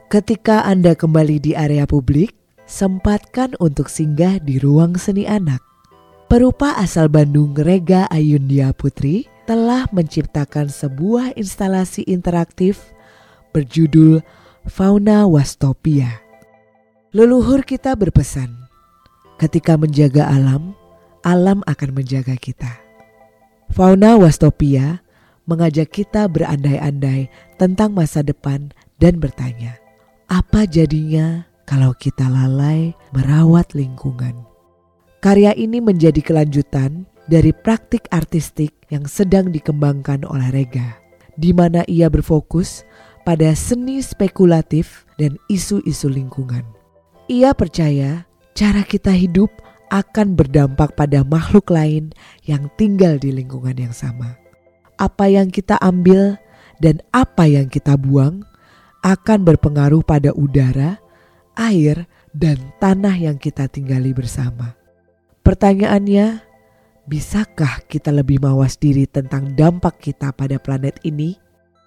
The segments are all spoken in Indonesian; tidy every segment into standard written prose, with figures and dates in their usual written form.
Ketika Anda kembali di area publik, sempatkan untuk singgah di ruang seni anak. Perupa asal Bandung Rega Ayundia Putri telah menciptakan sebuah instalasi interaktif berjudul Fauna Wastopia. Leluhur kita berpesan, ketika menjaga alam, alam akan menjaga kita. Fauna Wastopia mengajak kita berandai-andai tentang masa depan dan bertanya, apa jadinya kalau kita lalai merawat lingkungan? Karya ini menjadi kelanjutan dari praktik artistik yang sedang dikembangkan oleh Rega, di mana ia berfokus pada seni spekulatif dan isu-isu lingkungan. Ia percaya cara kita hidup akan berdampak pada makhluk lain yang tinggal di lingkungan yang sama. Apa yang kita ambil dan apa yang kita buang akan berpengaruh pada udara, air, dan tanah yang kita tinggali bersama. Pertanyaannya, bisakah kita lebih mawas diri tentang dampak kita pada planet ini?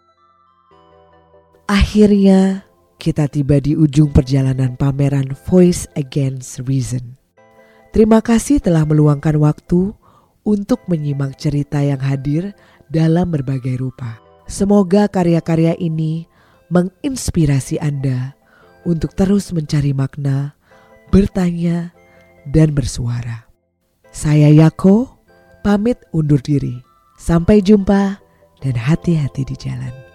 Akhirnya, kita tiba di ujung perjalanan pameran Voice Against Reason. Terima kasih telah meluangkan waktu untuk menyimak cerita yang hadir dalam berbagai rupa. Semoga karya-karya ini menginspirasi Anda untuk terus mencari makna, bertanya, dan bersuara. Saya Yako, pamit undur diri. Sampai jumpa dan hati-hati di jalan.